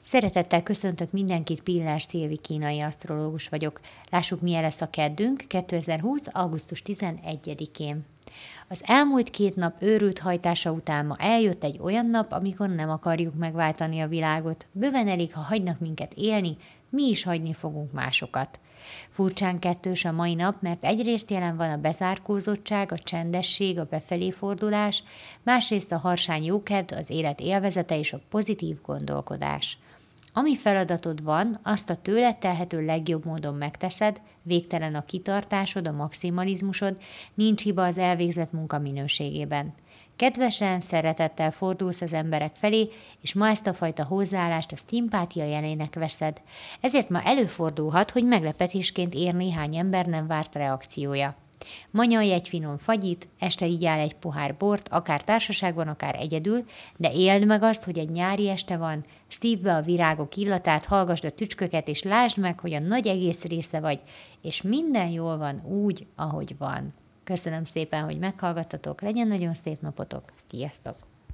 Szeretettel köszöntök mindenkit, Pillás Szilvi kínai asztrológus vagyok. Lássuk, milyen lesz a keddünk 2020. augusztus 11-én. Az elmúlt 2 nap őrült hajtása után ma eljött egy olyan nap, amikor nem akarjuk megváltani a világot. Bőven elég, ha hagynak minket élni, mi is hagyni fogunk másokat. Furcsán kettős a mai nap, mert egyrészt jelen van a bezárkózottság, a csendesség, a befelé fordulás, másrészt a harsány jókedv, az élet élvezete és a pozitív gondolkodás. Ami feladatod van, azt a tőled telhető legjobb módon megteszed, végtelen a kitartásod, a maximalizmusod, nincs hiba az elvégzett munka minőségében. Kedvesen, szeretettel fordulsz az emberek felé, és ma ezt a fajta hozzáállást a szimpátia jelének veszed. Ezért ma előfordulhat, hogy meglepetésként ér néhány ember nem várt reakciója. Ma nyalj egy finom fagyit, este igyál egy pohár bort, akár társaságban, akár egyedül, de éld meg azt, hogy egy nyári este van, szívd be a virágok illatát, hallgasd a tücsköket, és lásd meg, hogy a nagy egész része vagy, és minden jól van úgy, ahogy van. Köszönöm szépen, hogy meghallgattatok, legyen nagyon szép napotok, sziasztok!